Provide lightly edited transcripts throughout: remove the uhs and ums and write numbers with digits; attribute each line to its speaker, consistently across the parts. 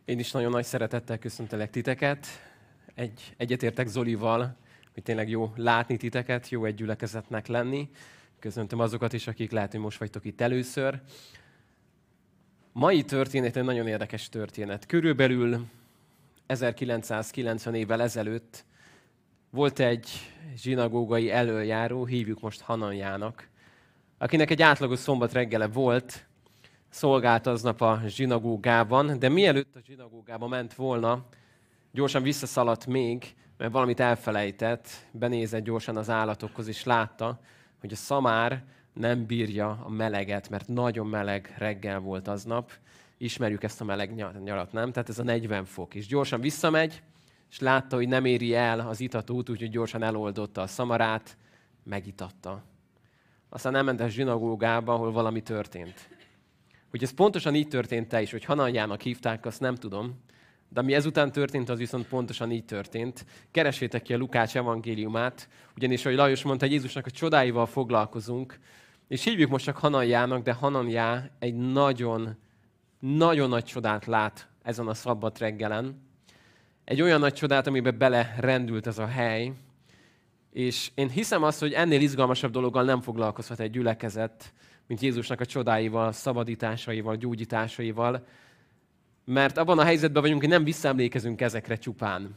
Speaker 1: Én is nagyon nagy szeretettel köszöntelek titeket. Egyetértek Zolival, hogy tényleg jó látni titeket, jó egy gyülekezetnek lenni. Köszöntöm azokat is, akik lehet, hogy most vagytok itt először. Mai történet egy nagyon érdekes történet. Körülbelül 1990 évvel ezelőtt volt egy zsinagógai elöljáró, hívjuk most Hananjának, akinek egy átlagos szombat reggele volt, szolgált aznap a zsinagógában, de mielőtt a zsinagógába ment volna, gyorsan visszaszaladt még, mert valamit elfelejtett, benézett gyorsan az állatokhoz, és látta, hogy a szamár nem bírja a meleget, mert nagyon meleg reggel volt aznap. Ismerjük ezt a meleg nyarat, nem? Tehát ez a 40 fok. És gyorsan visszamegy, és látta, hogy nem éri el az itatót, úgyhogy gyorsan eloldotta a szamarát, megitatta. Aztán elment a zsinagógába, ahol valami történt. Hogy ez pontosan így történt is, hogy Hananjának hívták, azt nem tudom, de ami ezután történt, az viszont pontosan így történt. Keressétek ki a Lukács evangéliumát, ugyanis, ahogy Lajos mondta, Jézusnak a csodáival foglalkozunk, és hívjuk most csak Hananjának, de Hananjá egy nagyon nagy csodát lát ezen a szabbat reggelen. Egy olyan nagy csodát, amiben belerendült ez a hely, és én hiszem azt, hogy ennél izgalmasabb dologgal nem foglalkozhat egy gyülekezet, mint Jézusnak a csodáival, szabadításaival, gyógyításaival, mert abban a helyzetben vagyunk, hogy nem visszaemlékezünk ezekre csupán,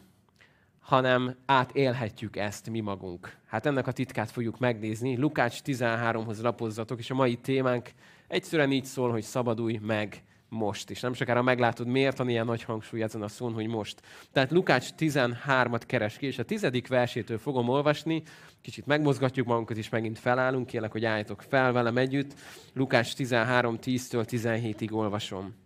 Speaker 1: hanem átélhetjük ezt mi magunk. Hát ennek a titkát fogjuk megnézni. Lukács 13-hoz lapozzatok, és a mai témánk egyszerűen így szól, hogy szabadulj meg most. És nem sokára meglátod, miért van ilyen nagy hangsúly ezen a szón, hogy most. Tehát Lukács 13-at keres ki, és a 10. versétől fogom olvasni, kicsit megmozgatjuk magunkat, és megint felállunk, kérlek, hogy álljatok fel velem együtt. Lukács 13, 10-től 17-ig olvasom.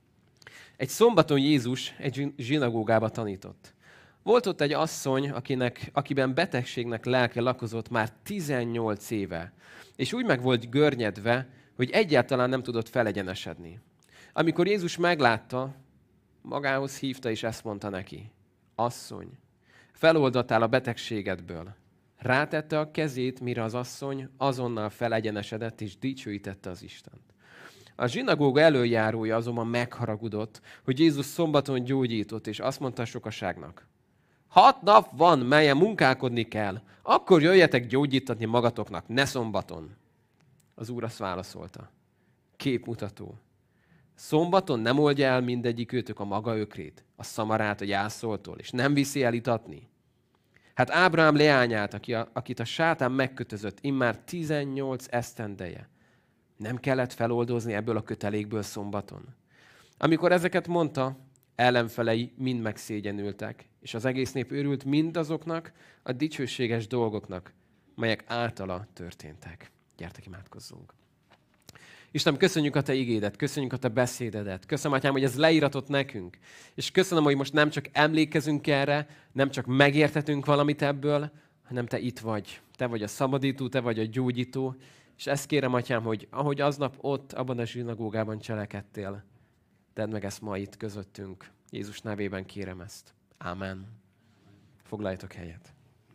Speaker 1: Egy szombaton Jézus egy zsinagógába tanított. Volt ott egy asszony, akiben betegségnek lelke lakozott már 18 éve, és úgy meg volt görnyedve, hogy egyáltalán nem tudott felegyenesedni. Amikor Jézus meglátta, magához hívta, és ezt mondta neki: Asszony, feloldottál a betegségedből. Rátette a kezét, mire az asszony azonnal felegyenesedett, és dicsőítette az Istent. A zsinagóga elöljárója azonban megharagudott, hogy Jézus szombaton gyógyított, és azt mondta a sokaságnak: 6 nap van, melyen munkálkodni kell, akkor jöjjetek gyógyítatni magatoknak, ne szombaton. Az Úr azt válaszolta: Képmutató. Szombaton nem oldja el mindegyik őtök a maga ökrét, a szamarát a gyászoltól, és nem viszi el itatni. Hát Ábrahám leányát, akit a sátán megkötözött immár 18 esztendeje, nem kellett feloldozni ebből a kötelékből szombaton. Amikor ezeket mondta, ellenfelei mind megszégyenültek, és az egész nép örült mindazoknak a dicsőséges dolgoknak, melyek általa történtek. Gyertek, imádkozzunk. Istenem, köszönjük a Te igédet, köszönjük a Te beszédedet. Köszönöm, Atyám, hogy ez leíratott nekünk. És köszönöm, hogy most nem csak emlékezünk erre, nem csak megértetünk valamit ebből, hanem Te itt vagy. Te vagy a szabadító, Te vagy a gyógyító. És ezt kérem, Atyám, hogy ahogy aznap ott, abban a zsinagógában cselekedtél, tedd meg ezt ma itt közöttünk. Jézus nevében kérem ezt. Ámen. Foglaljatok helyet.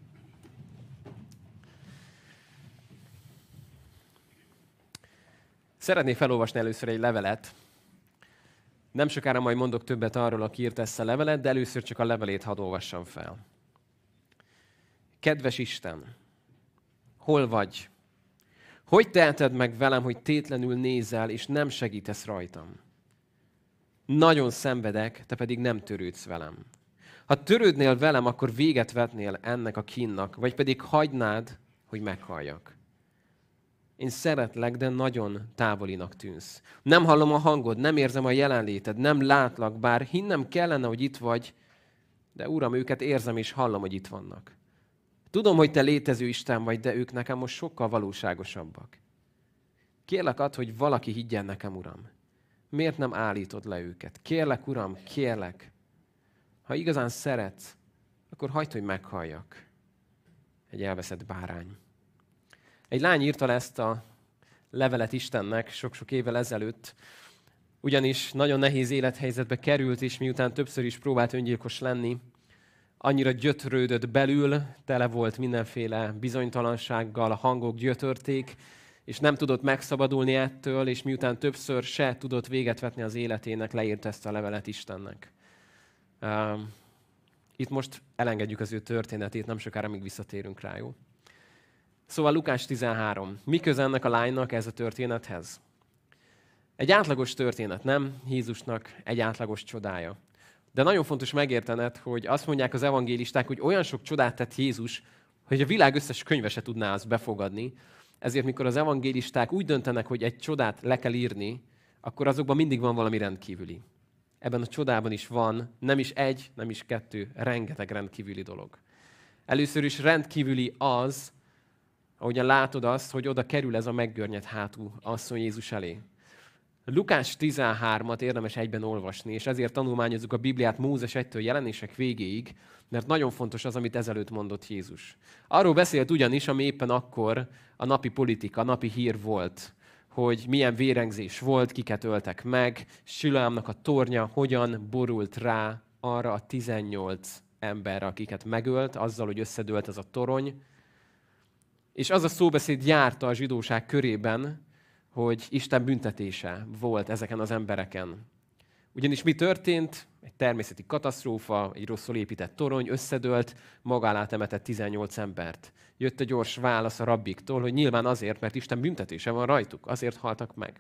Speaker 1: Szeretnék felolvasni először egy levelet. Nem sokára majd mondok többet arról, aki írt ezt a levelet, de először csak a levelét hadd olvassam fel. Kedves Isten, hol vagy? Hogy teheted meg velem, hogy tétlenül nézel, és nem segítesz rajtam? Nagyon szenvedek, te pedig nem törődsz velem. Ha törődnél velem, akkor véget vetnél ennek a kínnak, vagy pedig hagynád, hogy meghalljak. Én szeretlek, de nagyon távolinak tűnsz. Nem hallom a hangod, nem érzem a jelenléted, nem látlak, bár hinnem kellene, hogy itt vagy, de Uram, őket érzem és hallom, hogy itt vannak. Tudom, hogy Te létező Isten vagy, de ők nekem most sokkal valóságosabbak. Kérlek add, hogy valaki higgyen nekem, Uram. Miért nem állítod le őket? Kérlek, Uram, kérlek. Ha igazán szeretsz, akkor hagyd, hogy meghalljak. Egy elveszett bárány. Egy lány írta le ezt a levelet Istennek sok-sok évvel ezelőtt, ugyanis nagyon nehéz élethelyzetbe került, és miután többször is próbált öngyilkos lenni, annyira gyötrődött belül, tele volt mindenféle bizonytalansággal, a hangok gyötörték, és nem tudott megszabadulni ettől, és miután többször se tudott véget vetni az életének, leírt ezt a levelet Istennek. Itt most elengedjük az ő történetét, nem sokára még visszatérünk rá, jó? Szóval Lukás 13. Mi köze ennek a lánynak ez a történethez? Egy átlagos történet, nem? Jézusnak egy átlagos csodája. De nagyon fontos megértened, hogy azt mondják az evangélisták, hogy olyan sok csodát tett Jézus, hogy a világ összes könyve se tudná azt befogadni. Ezért, mikor az evangélisták úgy döntenek, hogy egy csodát le kell írni, akkor azokban mindig van valami rendkívüli. Ebben a csodában is van, nem is egy, nem is kettő, rengeteg rendkívüli dolog. Először is rendkívüli az, ahogyan látod azt, hogy oda kerül ez a meggörnyedt hátú asszony Jézus elé. Lukás 13-at érdemes egyben olvasni, és ezért tanulmányozzuk a Bibliát Mózes 1-től Jelenések végéig, mert nagyon fontos az, amit ezelőtt mondott Jézus. Arról beszélt ugyanis, ami éppen akkor a napi politika, a napi hír volt, hogy milyen vérengzés volt, kiket öltek meg, Siloámnak a tornya hogyan borult rá arra a 18 emberre, akiket megölt, azzal, hogy összedőlt ez a torony. És az a szóbeszéd járta a zsidóság körében, hogy Isten büntetése volt ezeken az embereken. Ugyanis mi történt? Egy természeti katasztrófa, egy rosszul épített torony, összedőlt, maga alá temetett 18 embert. Jött a gyors válasz a rabbiktól, hogy nyilván azért, mert Isten büntetése van rajtuk, azért haltak meg.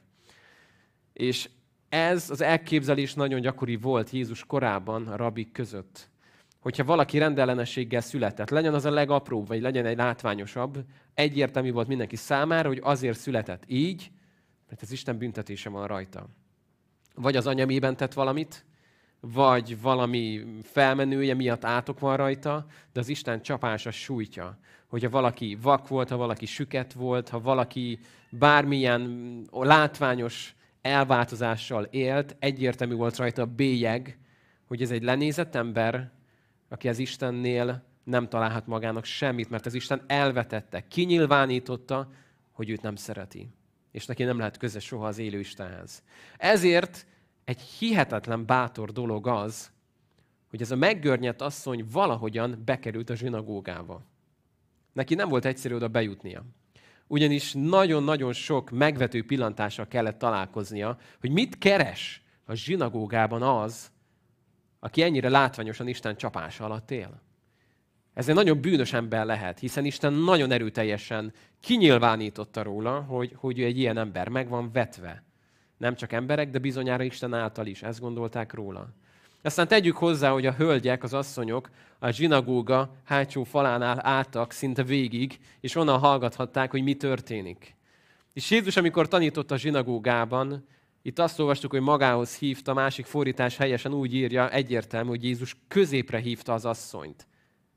Speaker 1: És ez az elképzelés nagyon gyakori volt Jézus korában a rabbik között. Hogyha valaki rendellenességgel született, legyen az a legapróbb, vagy legyen egy látványosabb, egyértelmű volt mindenki számára, hogy azért született így, mert az Isten büntetése van rajta. Vagy az anyamében tett valamit, vagy valami felmenője miatt átok van rajta, de az Isten csapása sújtja. Hogyha valaki vak volt, ha valaki süket volt, ha valaki bármilyen látványos elváltozással élt, egyértelmű volt rajta a bélyeg, hogy ez egy lenézett ember, aki az Istennél nem találhat magának semmit, mert az Isten elvetette, kinyilvánította, hogy őt nem szereti. És neki nem lehet köze soha az élő Istenhez. Ezért egy hihetetlen bátor dolog az, hogy ez a meggörnyedt asszony valahogyan bekerült a zsinagógába. Neki nem volt egyszerű oda bejutnia. Ugyanis nagyon-nagyon sok megvető pillantással kellett találkoznia, hogy mit keres a zsinagógában az, aki ennyire látványosan Isten csapása alatt él. Ez egy nagyon bűnös ember lehet, hiszen Isten nagyon erőteljesen kinyilvánította róla, hogy ő egy ilyen ember, meg van vetve. Nem csak emberek, de bizonyára Isten által is. Ezt gondolták róla. Aztán tegyük hozzá, hogy a hölgyek, az asszonyok a zsinagóga hátsó falánál álltak szinte végig, és onnan hallgathatták, hogy mi történik. És Jézus, amikor tanított a zsinagógában, itt azt olvastuk, hogy magához hívta, másik fordítás helyesen úgy írja, egyértelmű, hogy Jézus középre hívta az asszonyt.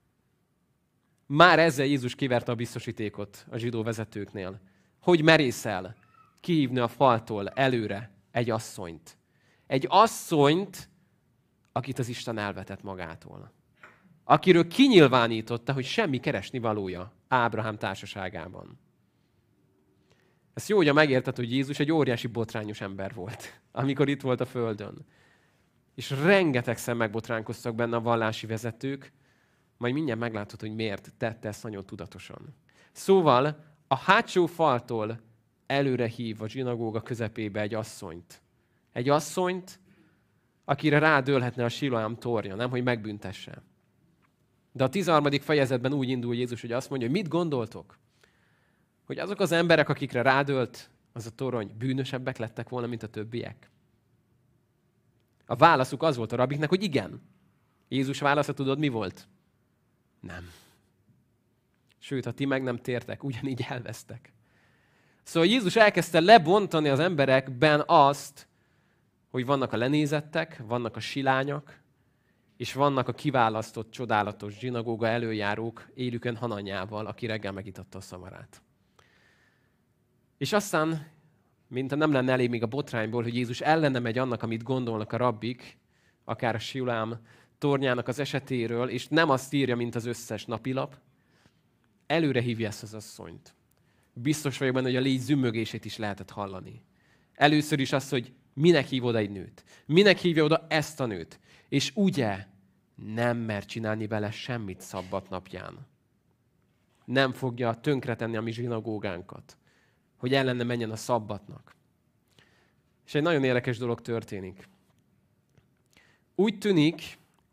Speaker 1: Már ezzel Jézus kiverte a biztosítékot a zsidó vezetőknél. Hogy merészel kihívni a faltól előre egy asszonyt? Egy asszonyt, akit az Isten elvetett magától. Akiről kinyilvánította, hogy semmi keresnivalója Ábrahám társaságában. Ez jó, hogy megérted, hogy Jézus egy óriási botrányos ember volt, amikor itt volt a földön. És rengetegszer megbotránkoztak benne a vallási vezetők, majd mindjárt meglátod, hogy miért tette ezt nagyon tudatosan. Szóval a hátsó faltól előre hív a zsinagóga közepébe egy asszonyt. Egy asszonyt, akire rádőlhetne a Siloám tornya, nem, hogy megbüntesse. De a 13. fejezetben úgy indul Jézus, hogy azt mondja, hogy mit gondoltok? Hogy azok az emberek, akikre rádölt az a torony, bűnösebbek lettek volna, mint a többiek? A válaszuk az volt a rabbiknek, hogy igen. Jézus válasza tudod, mi volt? Nem. Sőt, ha ti meg nem tértek, ugyanígy elvesztek. Szóval Jézus elkezdte lebontani az emberekben azt, hogy vannak a lenézettek, vannak a silányak, és vannak a kiválasztott, csodálatos zsinagóga előjárók élükön Hananyával, aki reggel megitatta a szamarát. És aztán, mint nem lenne elég még a botrányból, hogy Jézus ellene megy annak, amit gondolnak a rabbik, akár a Siloám tornyának az esetéről, és nem azt írja, mint az összes napilap, előre hívja ezt az asszonyt. Biztos vagyok benne, hogy a légy zümmögését is lehetett hallani. Először is azt, hogy minek hív oda egy nőt? Minek hívja oda ezt a nőt? És ugye nem mer csinálni vele semmit szabbat napján. Nem fogja tönkretenni a mi zsinagógánkat, hogy ellene menjen a szabbatnak. És egy nagyon érdekes dolog történik. Úgy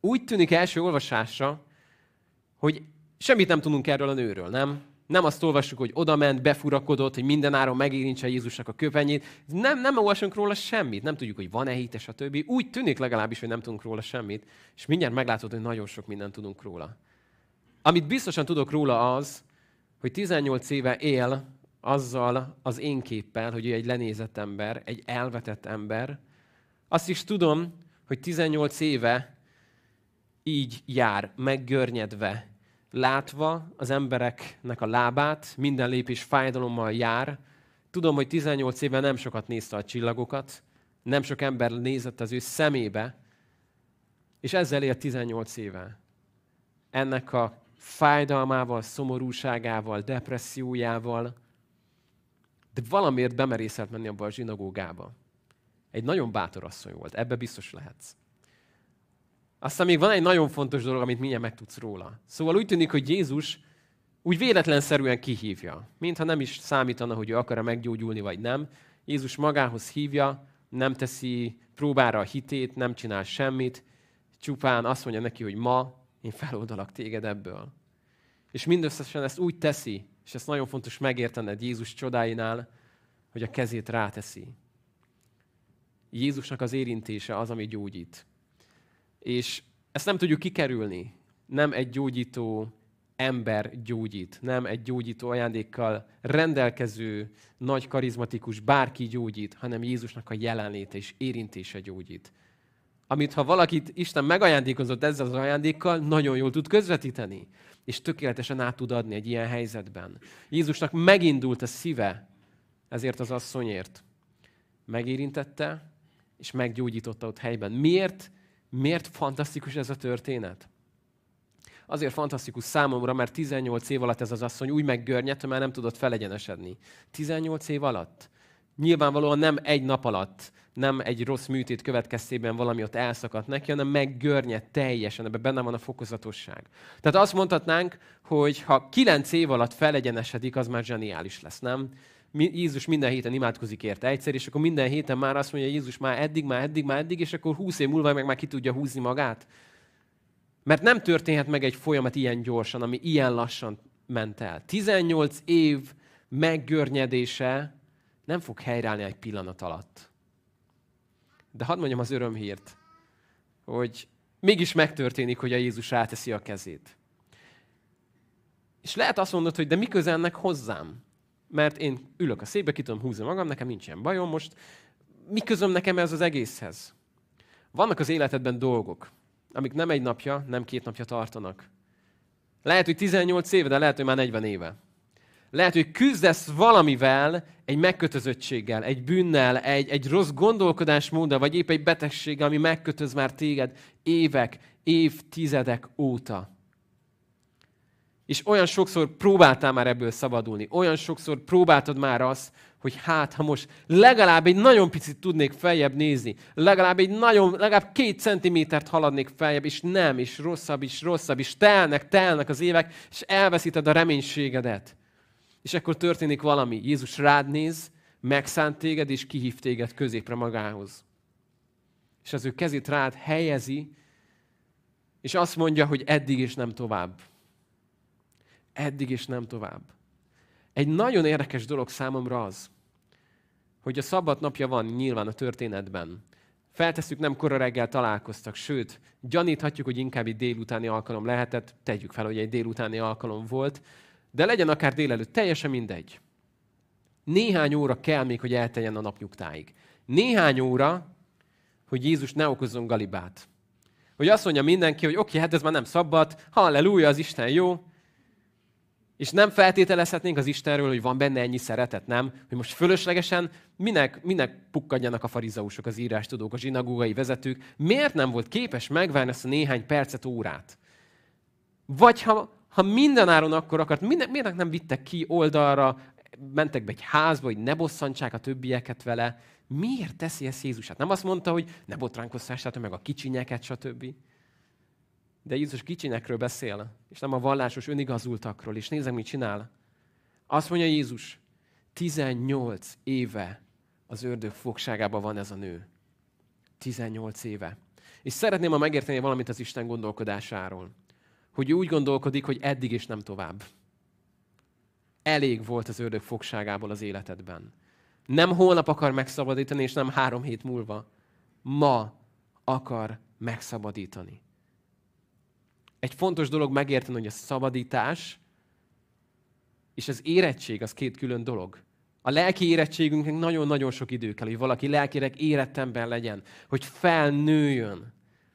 Speaker 1: Úgy tűnik első olvasásra, hogy semmit nem tudunk erről a nőről, nem? Nem azt olvassuk, hogy odament, befurakodott, hogy mindenáron megérintse Jézusnak a köpenyét. Nem olvasunk róla semmit. Nem tudjuk, hogy van-e hite, stb. Úgy tűnik legalábbis, hogy nem tudunk róla semmit. És mindjárt meglátod, hogy nagyon sok mindent tudunk róla. Amit biztosan tudok róla az, hogy 18 éve él azzal az én képpel, hogy ő egy lenézett ember, egy elvetett ember. Azt is tudom, hogy 18 éve így jár, meggörnyedve, látva az embereknek a lábát, minden lépés fájdalommal jár. Tudom, hogy 18 éve nem sokat nézte a csillagokat, nem sok ember nézett az ő szemébe, és ezzel élt 18 éve. Ennek a fájdalmával, szomorúságával, depressziójával, de valamiért bemerészelt menni abba a zsinagógába. Egy nagyon bátor asszony volt, ebbe biztos lehetsz. Aztán még van egy nagyon fontos dolog, amit mindjárt megtudsz róla. Szóval úgy tűnik, hogy Jézus úgy véletlenszerűen kihívja. Mintha nem is számítana, hogy ő akar-e meggyógyulni, vagy nem. Jézus magához hívja, nem teszi próbára a hitét, nem csinál semmit, csupán azt mondja neki, hogy ma én feloldalak téged ebből. És mindösszesen ezt úgy teszi, és ezt nagyon fontos megértened Jézus csodáinál, hogy a kezét ráteszi. Jézusnak az érintése az, ami gyógyít. És ezt nem tudjuk kikerülni. Nem egy gyógyító ember gyógyít, nem egy gyógyító ajándékkal rendelkező, nagy karizmatikus bárki gyógyít, hanem Jézusnak a jelenléte és érintése gyógyít. Amit ha valakit Isten megajándékozott ezzel az ajándékkal, nagyon jól tud közvetíteni, és tökéletesen át tud adni egy ilyen helyzetben. Jézusnak megindult a szíve ezért az asszonyért. Megérintette, és meggyógyította ott helyben. Miért fantasztikus ez a történet? Azért fantasztikus számomra, mert 18 év alatt ez az asszony úgy meggörnyedt, hogy már nem tudott felegyenesedni. 18 év alatt. Nyilvánvalóan nem egy nap alatt, nem egy rossz műtét következtében valami ott elszakadt neki, hanem meggörnyedt teljesen, ebben benne van a fokozatosság. Tehát azt mondhatnánk, hogy ha 9 év alatt felegyenesedik, az már zseniális lesz, nem? Jézus minden héten imádkozik érte egyszer, és akkor minden héten már azt mondja, Jézus már eddig, és akkor 20 év múlva meg már ki tudja húzni magát. Mert nem történhet meg egy folyamat ilyen gyorsan, ami ilyen lassan ment el. 18 év meggörnyedése nem fog helyreállni egy pillanat alatt. De hadd mondjam az örömhírt, hogy mégis megtörténik, hogy a Jézus ráteszi a kezét. És lehet azt mondod, hogy de mi köze ennek hozzám? Mert én ülök a székbe, ki tudom húzni magam, nekem nincsen bajom most. Mi közöm nekem ez az egészhez? Vannak az életedben dolgok, amik nem egy napja, nem 2 napja tartanak. Lehet, hogy 18 éve, de lehet, hogy már 40 éve. Lehet, hogy küzdesz valamivel, egy megkötözöttséggel, egy bűnnel, egy rossz gondolkodásmóddal, vagy épp egy betegséggel, ami megkötöz már téged évek, évtizedek óta. És olyan sokszor próbáltál már ebből szabadulni, olyan sokszor próbáltad már hogy ha most legalább egy nagyon picit tudnék feljebb nézni, legalább 2 centimétert haladnék feljebb, és nem, és rosszabb, és telnek az évek, és elveszíted a reménységedet. És akkor történik valami. Jézus rád néz, megszánt téged, és kihív téged középre magához. És az ő kezét rád helyezi, és azt mondja, hogy eddig és nem tovább. Eddig és nem tovább. Egy nagyon érdekes dolog számomra az, hogy a szabad napja van nyilván a történetben. Feltesszük, nem kora reggel találkoztak, sőt, gyaníthatjuk, hogy inkább egy délutáni alkalom lehetett, tegyük fel, hogy egy délutáni alkalom volt, de legyen akár délelőtt, teljesen mindegy. Néhány óra kell még, hogy elteljen a napnyugtáig. Néhány óra, hogy Jézus ne okozzon galibát. Hogy azt mondja mindenki, hogy oké, hát ez már nem szabad, halleluja, az Isten jó, és nem feltételezhetnénk az Istenről, hogy van benne ennyi szeretet, nem? Hogy most fölöslegesen minek pukkadjanak a farizeusok, az írástudók, a zsinagógai vezetők. Miért nem volt képes megvárni ezt a néhány percet, órát? Vagy ha mindenáron akkor akart, miért nem vittek ki oldalra, mentek be egy házba, hogy ne bosszantsák a többieket vele? Miért teszi ezt Jézus? Hát nem azt mondta, hogy ne botránkoztassátok meg a kicsinyeket, stb. De Jézus kicsinyekről beszél, és nem a vallásos önigazultakról. És nézzük, mit csinál. Azt mondja Jézus, 18 éve az ördög fogságában van ez a nő. 18 éve. És szeretném ma megérteni valamit az Isten gondolkodásáról. Hogy ő úgy gondolkodik, hogy eddig és nem tovább. Elég volt az ördög fogságából az életedben. Nem holnap akar megszabadítani, és nem 3 hét múlva. Ma akar megszabadítani. Egy fontos dolog megérteni, hogy a szabadítás és az érettség az 2 külön dolog. A lelki érettségünknek nagyon-nagyon sok idő kell, hogy valaki lelkileg érett ember legyen, hogy felnőjön.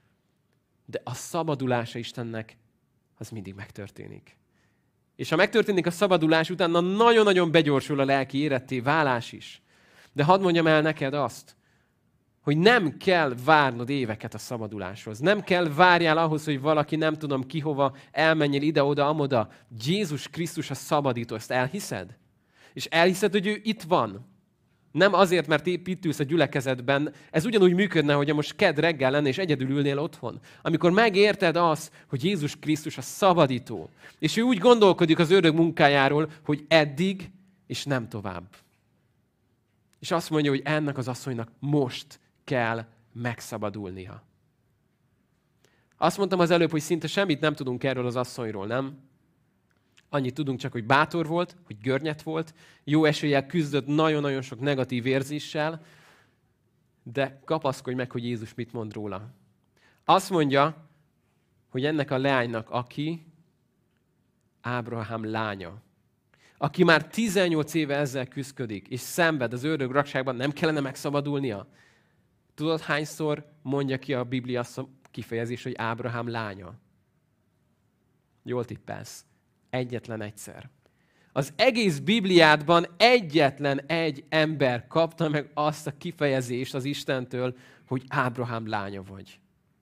Speaker 1: De a szabadulása Istennek az mindig megtörténik. És ha megtörténik a szabadulás, utána nagyon-nagyon begyorsul a lelki éretté válás is. De hadd mondjam el neked azt, hogy nem kell várnod éveket a szabaduláshoz. Nem kell várjál ahhoz, hogy valaki nem tudom ki hova elmenjél ide-oda, amoda. Jézus Krisztus a szabadító, ezt elhiszed? És elhiszed, hogy ő itt van. Nem azért, mert épp itt ülsz a gyülekezetben. Ez ugyanúgy működne, hogy most kedd reggel lenne, és egyedül ülnél otthon. Amikor megérted azt, hogy Jézus Krisztus a szabadító, és ő úgy gondolkodik az ördög munkájáról, hogy eddig, és nem tovább. És azt mondja, hogy ennek az asszonynak most kell megszabadulnia. Azt mondtam az előbb, hogy szinte semmit nem tudunk erről az asszonyról, nem? Annyit tudunk csak, hogy bátor volt, hogy görnyed volt, jó eséllyel küzdött nagyon-nagyon sok negatív érzéssel, de kapaszkodj meg, hogy Jézus mit mond róla. Azt mondja, hogy ennek a leánynak, aki Ábrahám lánya, aki már 18 éve ezzel küszködik, és szenved az ördög rakságban, nem kellene megszabadulnia? Tudod, hányszor mondja ki a Biblia azt a kifejezést, hogy Ábrahám lánya? Jól tippelsz. Egyetlen egyszer. Az egész Bibliádban egyetlen egy ember kapta meg azt a kifejezést az Istentől, hogy Ábrahám lánya vagy.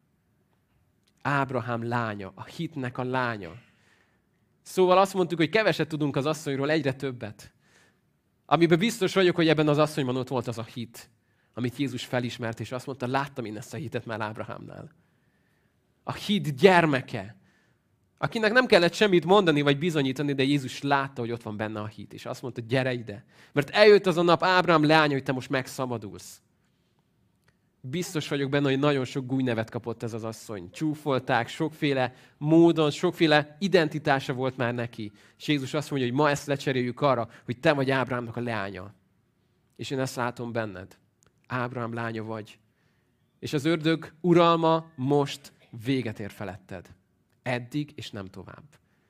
Speaker 1: Ábrahám lánya, a hitnek a lánya. Szóval azt mondtuk, hogy keveset tudunk az asszonyról, egyre többet. Amiben biztos vagyok, hogy ebben az asszonyban ott volt az a hit, amit Jézus felismert, és azt mondta, láttam én ezt a hitet már Ábrahámnál. A hit gyermeke, akinek nem kellett semmit mondani, vagy bizonyítani, de Jézus látta, hogy ott van benne a hit, és azt mondta, gyere ide. Mert eljött az a nap, Ábrahám leánya, hogy te most megszabadulsz. Biztos vagyok benne, hogy nagyon sok gújnevet kapott ez az asszony. Csúfolták, sokféle módon, sokféle identitása volt már neki. És Jézus azt mondja, hogy ma ezt lecseréljük arra, hogy te vagy Ábrahámnak a leánya. És én ezt látom benned. Ábrahám lánya vagy. És az ördög uralma most véget ér feletted. Eddig és nem tovább.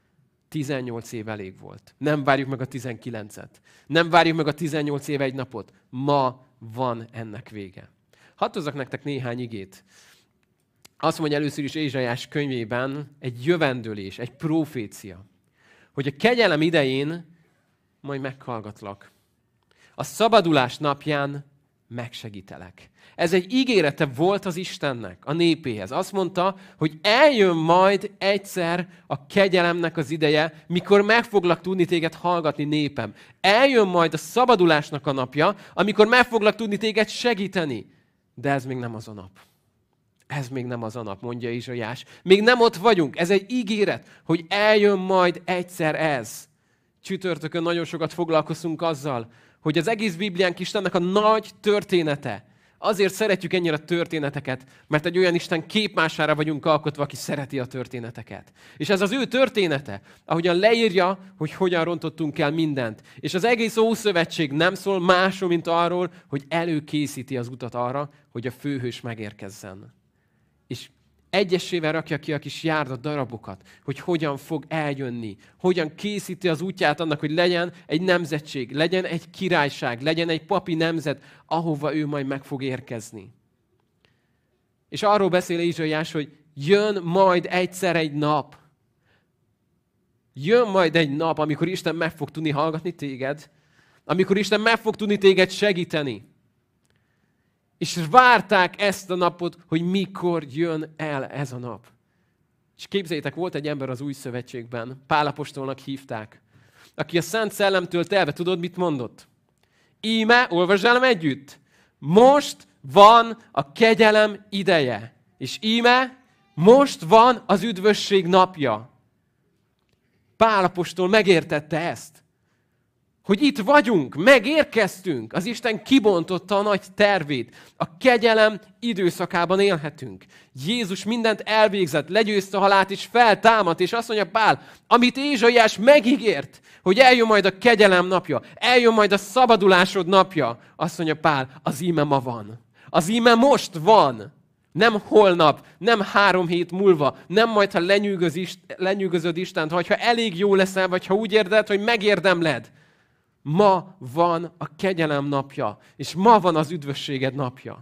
Speaker 1: 18 év elég volt. Nem várjuk meg a 19-et. Nem várjuk meg a 18 év egy napot. Ma van ennek vége. Hadd hozzak nektek néhány igét. Azt mondja először is Ézsaiás könyvében egy jövendőlés, egy profécia, hogy a kegyelem idején majd meghallgatlak. A szabadulás napján megsegítelek. Ez egy ígérete volt az Istennek, a népéhez. Azt mondta, hogy eljön majd egyszer a kegyelemnek az ideje, mikor meg foglak tudni téged hallgatni, népem. Eljön majd a szabadulásnak a napja, amikor meg foglak tudni téged segíteni. De ez még nem az a nap. Ez még nem az a nap, mondja Ézsaiás. Még nem ott vagyunk. Ez egy ígéret, hogy eljön majd egyszer ez. Csütörtökön nagyon sokat foglalkozunk azzal, hogy az egész Bibliánk Istennek a nagy története. Azért szeretjük ennyire a történeteket, mert egy olyan Isten képmására vagyunk alkotva, aki szereti a történeteket. És ez az ő története, ahogyan leírja, hogy hogyan rontottunk el mindent. És az egész Ószövetség nem szól másról, mint arról, hogy előkészíti az utat arra, hogy a főhős megérkezzen. És egyesével rakja ki a kis járda darabokat, hogy hogyan fog eljönni, hogyan készíti az útját annak, hogy legyen egy nemzetség, legyen egy királyság, legyen egy papi nemzet, ahova ő majd meg fog érkezni. És arról beszél Ézsaiás, hogy jön majd egyszer egy nap. Jön majd egy nap, amikor Isten meg fog tudni hallgatni téged, amikor Isten meg fog tudni téged segíteni. És várták ezt a napot, hogy mikor jön el ez a nap. És képzeljétek, volt egy ember az Új Szövetségben, Pál apostolnak hívták, aki a Szent Szellemtől telve, tudod, mit mondott? Íme, olvasd el együtt, most van a kegyelem ideje. És íme, most van az üdvösség napja. Pál apostol megértette ezt, hogy itt vagyunk, megérkeztünk. Az Isten kibontotta a nagy tervét. A kegyelem időszakában élhetünk. Jézus mindent elvégzett, legyőzte a halált, és feltámadt, és azt mondja Pál, amit Ézsaiás megígért, hogy eljön majd a kegyelem napja, eljön majd a szabadulásod napja, azt mondja Pál, az íme ma van. Az íme most van. Nem holnap, nem 3 hét múlva, nem majd, ha lenyűgözöd Istent, vagy ha elég jó leszel, vagy ha úgy érzed, hogy megérdemled. Ma van a kegyelem napja, és ma van az üdvösséged napja.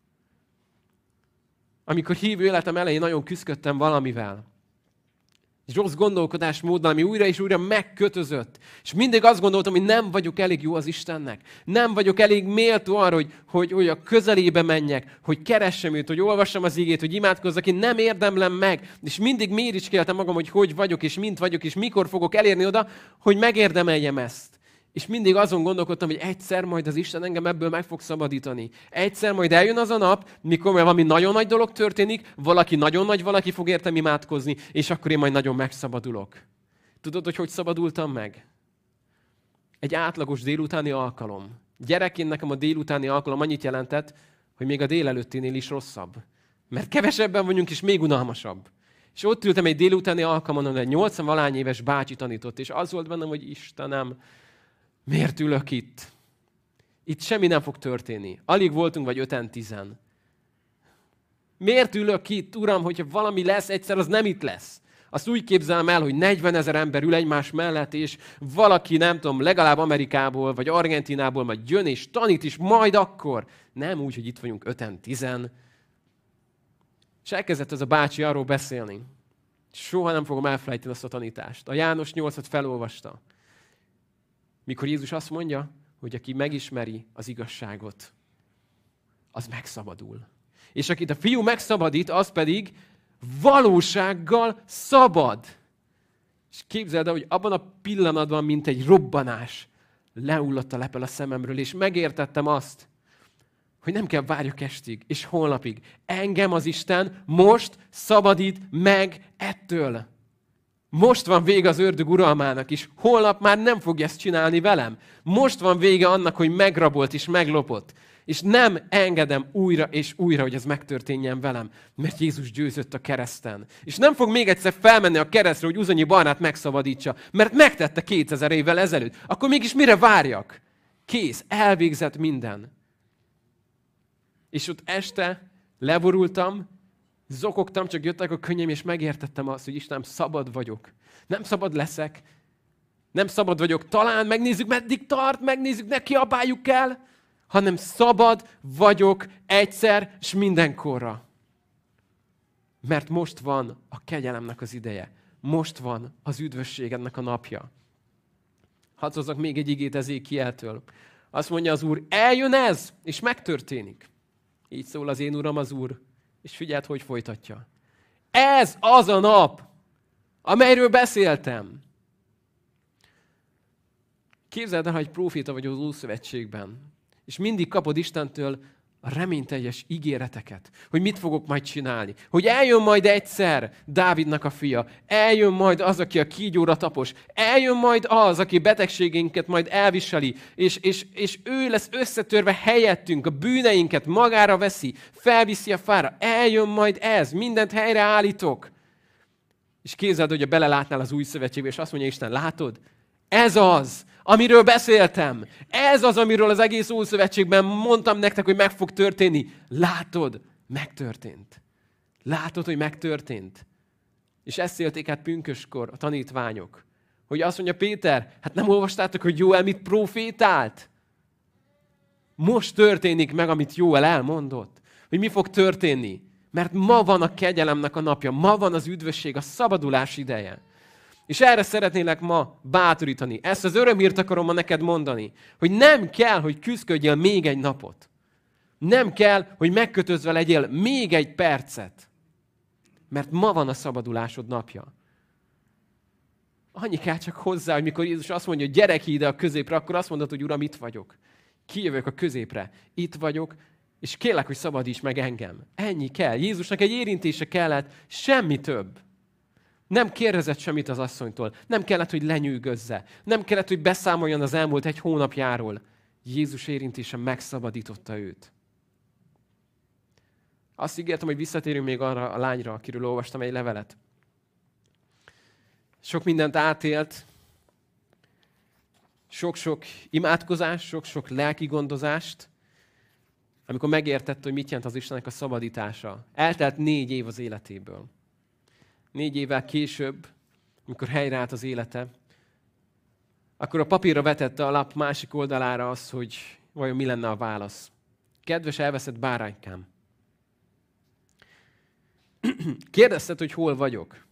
Speaker 1: Amikor hívő életem elején nagyon küzdöttem valamivel, egy rossz gondolkodásmóddal, ami újra és újra megkötözött. És mindig azt gondoltam, hogy nem vagyok elég jó az Istennek. Nem vagyok elég méltó arra, hogy a közelébe menjek, hogy keressem őt, hogy olvassam az igét, hogy imádkozzak. Én nem érdemlem meg. És mindig méricskéltem magam, hogy vagyok, és mint vagyok, és mikor fogok elérni oda, hogy megérdemeljem ezt. És mindig azon gondolkodtam, hogy egyszer majd az Isten engem ebből meg fog szabadítani. Egyszer majd eljön az a nap, mikor valami nagyon nagy dolog történik, valaki fog értem imádkozni, és akkor én majd nagyon megszabadulok. Tudod, hogy szabadultam meg? Egy átlagos délutáni alkalom. Gyerekként nekem a délutáni alkalom annyit jelentett, hogy még a délelőttinél is rosszabb. Mert kevesebben vagyunk, és még unalmasabb. És ott ültem egy délutáni alkalmon, ahol egy 80-valány éves bácsi tanított, és az volt bennem, hogy Istenem, miért ülök itt? Itt semmi nem fog történni. Alig voltunk, vagy 5-10. Miért ülök itt, Uram, hogyha valami lesz, egyszer az nem itt lesz. Azt úgy képzelem el, hogy 40 000 ember ül egymás mellett, és valaki, nem tudom, legalább Amerikából, vagy Argentinából majd jön, és tanít is majd akkor. Nem úgy, hogy itt vagyunk 5-10. És elkezdett ez a bácsi arról beszélni. Soha nem fogom elfelejteni azt a tanítást. A János 8-at felolvasta. Mikor Jézus azt mondja, hogy aki megismeri az igazságot, az megszabadul. És akit a Fiú megszabadít, az pedig valósággal szabad. És képzeld el, hogy abban a pillanatban, mint egy robbanás, lehullott a lepel a szememről, és megértettem azt, hogy nem kell várjak estig, és holnapig. Engem az Isten most szabadít meg ettől. Most van vége az ördög uralmának is. Holnap már nem fogja ezt csinálni velem. Most van vége annak, hogy megrabolt és meglopott. És nem engedem újra és újra, hogy ez megtörténjen velem, mert Jézus győzött a kereszten. És nem fog még egyszer felmenni a keresztre, hogy Uzonyi Barnát megszabadítsa, mert megtette 2000 évvel ezelőtt. Akkor mégis mire várjak? Kész, elvégzett minden. És ott este leborultam, zokogtam, csak jöttek a könnyem, és megértettem azt, hogy Istenem, szabad vagyok. Nem szabad leszek. Nem szabad vagyok. Talán megnézzük, meddig tart, megnézzük, ne kiabáljuk el, hanem szabad vagyok egyszer, és mindenkorra. Mert most van a kegyelemnek az ideje. Most van az üdvösségednek a napja. Hadd hozzak még egy igét Ezékieltől. Azt mondja az Úr, eljön ez, és megtörténik. Így szól az én Uram az Úr. És figyeld, hogy folytatja. Ez az a nap, amelyről beszéltem. Képzeld el, ha egy próféta vagy az Ószövetségben, és mindig kapod Istentől a reményteljes ígéreteket, hogy mit fogok majd csinálni. Hogy eljön majd egyszer Dávidnak a fia, eljön majd az, aki a kígyóra tapos, eljön majd az, aki betegségeinket majd elviseli, és ő lesz összetörve helyettünk, a bűneinket magára veszi, felviszi a fára. Eljön majd ez, mindent helyre állítok. És képzeld, hogy belelátnál az új szövetségbe, és azt mondja Isten, látod? Ez az, amiről beszéltem. Ez az, amiről az egész Ószövetségben mondtam nektek, hogy meg fog történni. Látod, megtörtént. Látod, hogy megtörtént. És ezt élték át pünköskor a tanítványok. Hogy azt mondja Péter, hát nem olvastátok, hogy Jóel mit profétált? Most történik meg, amit Jóel elmondott. Hogy mi fog történni. Mert ma van a kegyelemnek a napja. Ma van az üdvösség, a szabadulás ideje. És erre szeretnélek ma bátorítani. Ezt az örömhírt akarom ma neked mondani, hogy nem kell, hogy küszködjél még egy napot. Nem kell, hogy megkötözve legyél még egy percet. Mert ma van a szabadulásod napja. Annyi kell csak hozzá, hogy mikor Jézus azt mondja, hogy gyere ki ide a középre, akkor azt mondod, hogy Uram, itt vagyok. Kijövök a középre. Itt vagyok, és kérlek, hogy szabadíts meg engem. Ennyi kell. Jézusnak egy érintése kellett, semmi több. Nem kérdezett semmit az asszonytól. Nem kellett, hogy lenyűgözze. Nem kellett, hogy beszámoljon az elmúlt egy hónapjáról. Jézus érintése megszabadította őt. Azt ígértem, hogy visszatérünk még arra a lányra, akiről olvastam egy levelet. Sok mindent átélt, sok-sok imádkozást, sok-sok lelki gondozást, amikor megértette, hogy mit jelent az Istennek a szabadítása. Eltelt 4 év az életéből. 4 évvel később, amikor helyreállt az élete, akkor a papírra vetette a lap másik oldalára az, hogy vajon mi lenne a válasz. Kedves elveszett báránykám, kérdezted, hogy hol vagyok?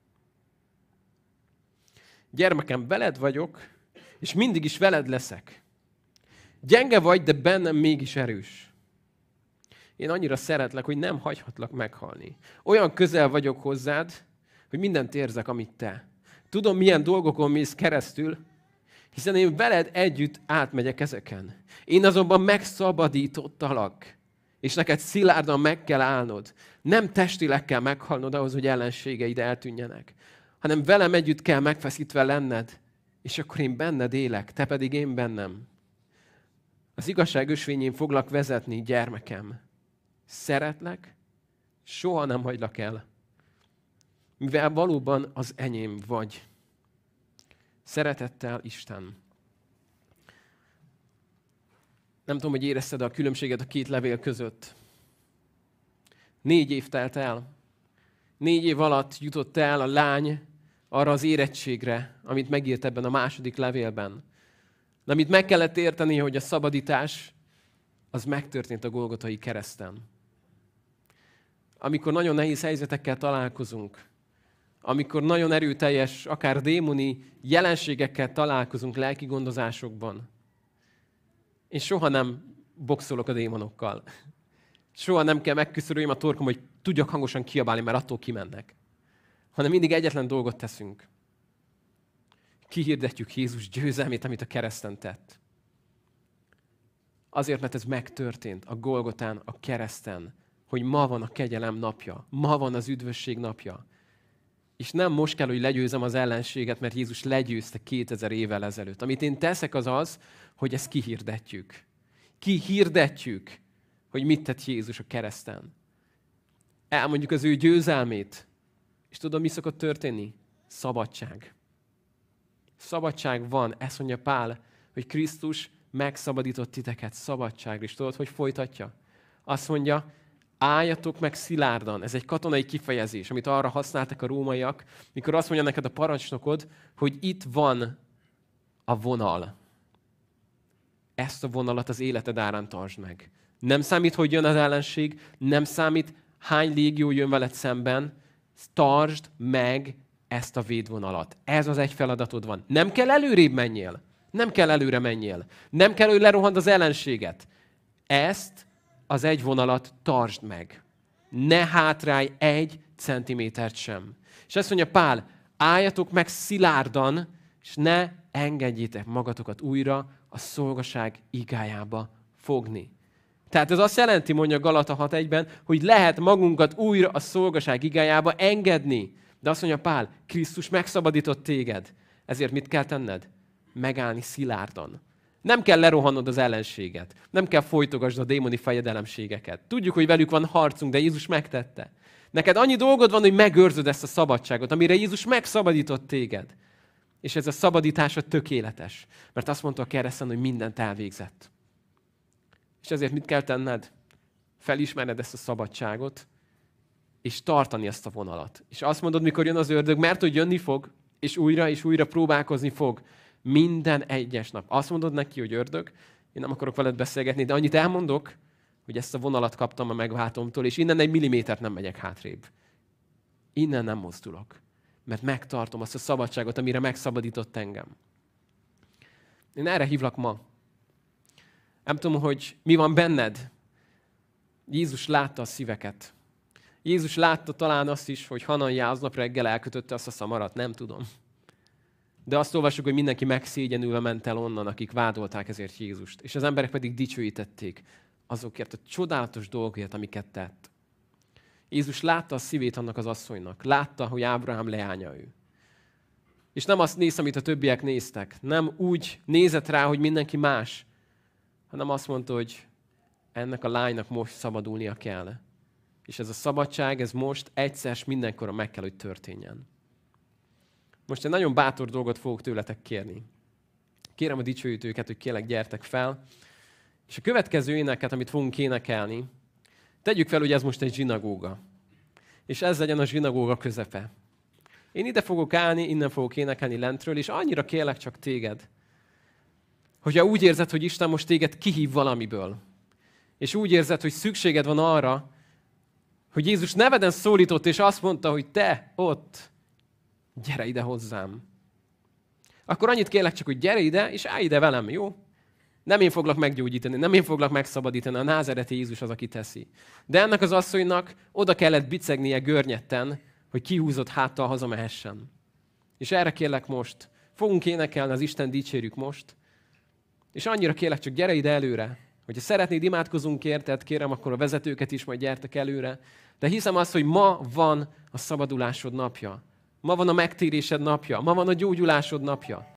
Speaker 1: Gyermekem, veled vagyok, és mindig is veled leszek. Gyenge vagy, de bennem mégis erős. Én annyira szeretlek, hogy nem hagyhatlak meghalni. Olyan közel vagyok hozzád, hogy mindent érzek, amit te. Tudom, milyen dolgokon mész keresztül, hiszen én veled együtt átmegyek ezeken. Én azonban megszabadítottalak, és neked szilárdan meg kell állnod. Nem testileg kell meghalnod ahhoz, hogy ellenségeid eltűnjenek, hanem velem együtt kell megfeszítve lenned, és akkor én benned élek, te pedig én bennem. Az igazság ösvényén foglak vezetni, gyermekem. Szeretlek, soha nem hagylak el, mivel valóban az enyém vagy. Szeretettel, Isten. Nem tudom, hogy érezted a különbséget a 2 levél között. 4 év telt el. 4 év alatt jutott el a lány arra az érettségre, amit megírt ebben a második levélben. De amit meg kellett érteni, hogy a szabadítás az megtörtént a Golgotai kereszten. Amikor nagyon nehéz helyzetekkel találkozunk, amikor nagyon erőteljes, akár démoni jelenségekkel találkozunk lelki gondozásokban, én soha nem boxolok a démonokkal. Soha nem kell megküszörüljön a torkom, hogy tudjak hangosan kiabálni, mert attól kimennek. Hanem mindig egyetlen dolgot teszünk. Kihirdetjük Jézus győzelmét, amit a kereszten tett. Azért, mert ez megtörtént a Golgotán, a kereszten, hogy ma van a kegyelem napja, ma van az üdvösség napja. És nem most kell, hogy legyőzem az ellenséget, mert Jézus legyőzte 2000 évvel ezelőtt. Amit én teszek az, hogy ezt kihirdetjük. Kihirdetjük, hogy mit tett Jézus a kereszten. Elmondjuk az ő győzelmét. És tudod, mi szokott történni? Szabadság. Szabadság van. Ezt mondja Pál, hogy Krisztus megszabadított titeket szabadságra. És tudod, hogy folytatja? Azt mondja, álljatok meg szilárdan. Ez egy katonai kifejezés, amit arra használtak a rómaiak, mikor azt mondja neked a parancsnokod, hogy itt van a vonal. Ezt a vonalat az életed árán tartsd meg. Nem számít, hogy jön az ellenség, nem számít, hány légió jön veled szemben, tartsd meg ezt a védvonalat. Ez az egy feladatod van. Nem kell előrébb menjél. Nem kell előre menjél. Nem kell, hogy lerohand az ellenséget. Ezt az egy vonalat tartsd meg. Ne hátrálj 1 centimétert sem. És ezt mondja Pál, álljatok meg szilárdan, és ne engedjétek magatokat újra a szolgaság igájába fogni. Tehát ez azt jelenti, mondja Galata 6:1-ben, hogy lehet magunkat újra a szolgaság igájába engedni. De azt mondja Pál, Krisztus megszabadított téged. Ezért mit kell tenned? Megállni szilárdan. Nem kell lerohannod az ellenséget. Nem kell folytogasd a démoni fejedelemségeket. Tudjuk, hogy velük van harcunk, de Jézus megtette. Neked annyi dolgod van, hogy megőrzöd ezt a szabadságot, amire Jézus megszabadított téged. És ez a szabadítása tökéletes. Mert azt mondta a kereszten, hogy mindent elvégzett. És ezért mit kell tenned? Felismerned ezt a szabadságot, és tartani ezt a vonalat. És azt mondod, mikor jön az ördög, mert hogy jönni fog, és újra próbálkozni fog. Minden egyes nap. Azt mondod neki, hogy ördög, én nem akarok veled beszélgetni, de annyit elmondok, hogy ezt a vonalat kaptam a megváltómtól, és innen 1 millimétert nem megyek hátrébb. Innen nem mozdulok, mert megtartom azt a szabadságot, amire megszabadított engem. Én erre hívlak ma. Nem tudom, hogy mi van benned. Jézus látta a szíveket. Jézus látta talán azt is, hogy Hananjá aznap reggel elkötötte azt a szamarat. Nem tudom. De azt olvassuk, hogy mindenki megszégyenülve ment el onnan, akik vádolták ezért Jézust. És az emberek pedig dicsőítették azokért a csodálatos dolgokért, amiket tett. Jézus látta a szívét annak az asszonynak. Látta, hogy Ábrahám leánya ő. És nem azt néz, amit a többiek néztek. Nem úgy nézett rá, hogy mindenki más, hanem azt mondta, hogy ennek a lánynak most szabadulnia kell. És ez a szabadság, ez most egyszer mindenkorra meg kell, hogy történjen. Most egy nagyon bátor dolgot fogok tőletek kérni. Kérem a dicsőítőket, hogy kérlek, gyertek fel. És a következő éneket, amit fogunk énekelni, tegyük fel, hogy ez most egy zsinagóga. És ez legyen a zsinagóga közepe. Én ide fogok állni, innen fogok énekelni lentről, és annyira kérlek csak téged, hogyha úgy érzed, hogy Isten most téged kihív valamiből, és úgy érzed, hogy szükséged van arra, hogy Jézus neveden szólított, és azt mondta, hogy te ott, gyere ide hozzám. Akkor annyit kérlek csak, hogy gyere ide, és állj ide velem, jó? Nem én foglak meggyógyítani, nem én foglak megszabadítani, a názáreti Jézus az, aki teszi. De ennek az asszonynak oda kellett bicegnie görnyetten, hogy kihúzott háttal hazamehessen. És erre kérlek most, fogunk énekelni, az Isten dicsérjük most, és annyira kérlek, csak gyere ide előre, hogyha szeretnéd, imádkozunk érted, kérem, akkor a vezetőket is majd gyertek előre, de hiszem azt, hogy ma van a szabadulásod napja, ma van a megtérésed napja, ma van a gyógyulásod napja.